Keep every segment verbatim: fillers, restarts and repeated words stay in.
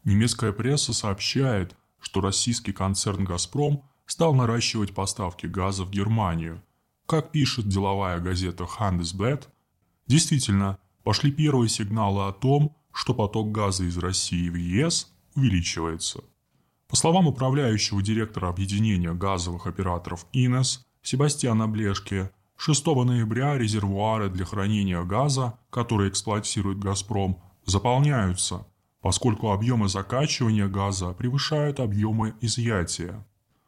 Немецкая пресса сообщает, что российский концерн «Газпром» стал наращивать поставки газа в Германию. Как пишет деловая газета Handelsblatt, действительно, пошли первые сигналы о том, что поток газа из России в ЕС увеличивается. По словам управляющего директора объединения газовых операторов «Инес» Себастьяна Блешке, шестого ноября резервуары для хранения газа, которые эксплуатирует «Газпром», заполняются, поскольку объемы закачивания газа превышают объемы изъятия.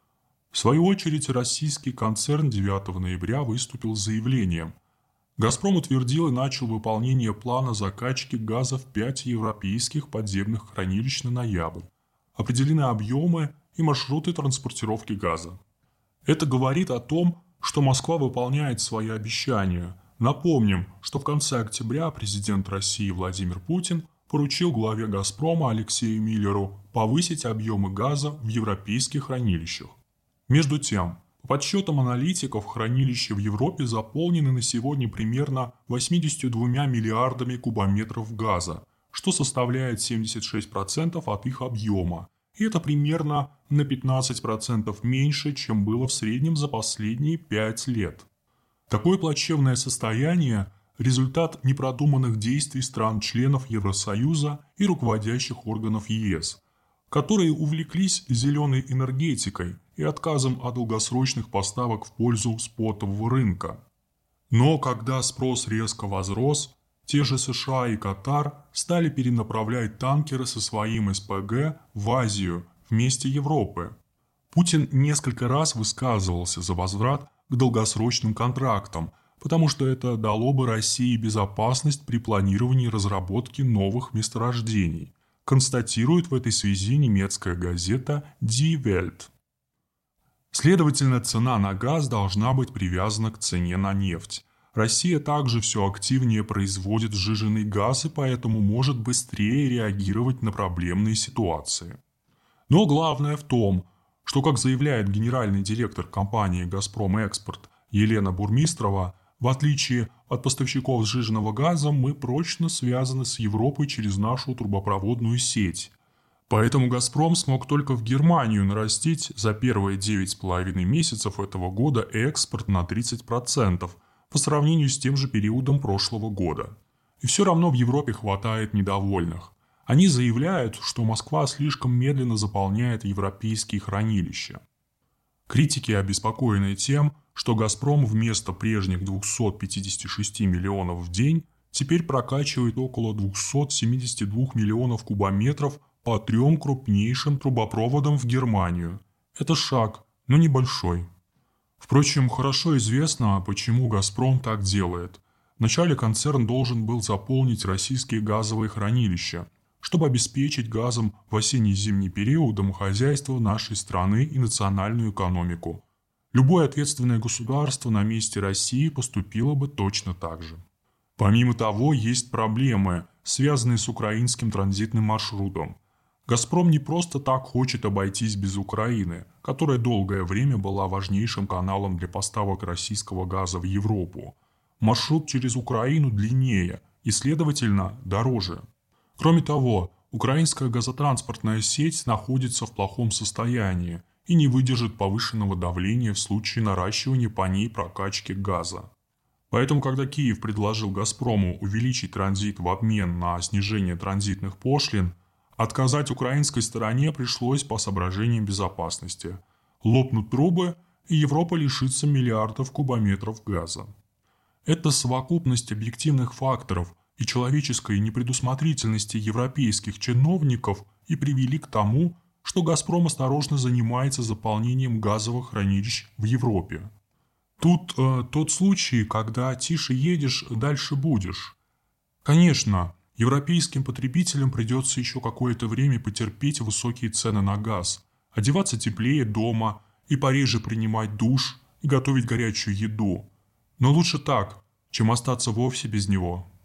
В свою очередь, российский концерн девятого ноября выступил с заявлением. «Газпром» утвердил и начал выполнение плана закачки газа в пять европейских подземных хранилищ на ноябрь. Определены объемы и маршруты транспортировки газа. Это говорит о том, что Москва выполняет свои обещания. Напомним, что в конце октября президент России Владимир Путин поручил главе «Газпрома» Алексею Миллеру повысить объемы газа в европейских хранилищах. Между тем, по подсчетам аналитиков, хранилища в Европе заполнены на сегодня примерно восемьдесят два миллиардами кубометров газа, что составляет семьдесят шесть процентов от их объема. И это примерно на пятнадцать процентов меньше, чем было в среднем за последние пять лет. Такое плачевное состояние – результат непродуманных действий стран-членов Евросоюза и руководящих органов ЕС, которые увлеклись зеленой энергетикой и отказом от долгосрочных поставок в пользу спотового рынка. Но когда спрос резко возрос, те же США и Катар стали перенаправлять танкеры со своим СПГ в Азию вместе Европы. Путин несколько раз высказывался за возврат к долгосрочным контрактам, потому что это дало бы России безопасность при планировании разработки новых месторождений, констатирует в этой связи немецкая газета Die Welt. Следовательно, цена на газ должна быть привязана к цене на нефть. Россия также все активнее производит сжиженный газ и поэтому может быстрее реагировать на проблемные ситуации. Но главное в том, что, как заявляет генеральный директор компании «Газпром Экспорт» Елена Бурмистрова, в отличие от поставщиков сжиженного газа, мы прочно связаны с Европой через нашу трубопроводную сеть. Поэтому «Газпром» смог только в Германию нарастить за первые девять с половиной месяцев этого года экспорт на тридцать процентов по сравнению с тем же периодом прошлого года. И все равно в Европе хватает недовольных. Они заявляют, что Москва слишком медленно заполняет европейские хранилища. Критики обеспокоены тем, что «Газпром» вместо прежних двухсот пятидесяти шести миллионов в день теперь прокачивает около двухсот семидесяти двух миллионов кубометров по трем крупнейшим трубопроводам в Германию. Это шаг, но небольшой. Впрочем, хорошо известно, почему «Газпром» так делает. Вначале концерн должен был заполнить российские газовые хранилища, чтобы обеспечить газом в осенне-зимний период домохозяйство нашей страны и национальную экономику. Любое ответственное государство на месте России поступило бы точно так же. Помимо того, есть проблемы, связанные с украинским транзитным маршрутом. «Газпром» не просто так хочет обойтись без Украины, которая долгое время была важнейшим каналом для поставок российского газа в Европу. Маршрут через Украину длиннее и, следовательно, дороже. Кроме того, украинская газотранспортная сеть находится в плохом состоянии и не выдержит повышенного давления в случае наращивания по ней прокачки газа. Поэтому, когда Киев предложил «Газпрому» увеличить транзит в обмен на снижение транзитных пошлин, отказать украинской стороне пришлось по соображениям безопасности. Лопнут трубы, и Европа лишится миллиардов кубометров газа. Это совокупность объективных факторов и человеческой непредусмотрительности европейских чиновников и привели к тому, что «Газпром» осторожно занимается заполнением газовых хранилищ в Европе. Тут э, тот случай, когда тише едешь, дальше будешь. Конечно, европейским потребителям придется еще какое-то время потерпеть высокие цены на газ, одеваться теплее дома и пореже принимать душ и готовить горячую еду. Но лучше так, чем остаться вовсе без него.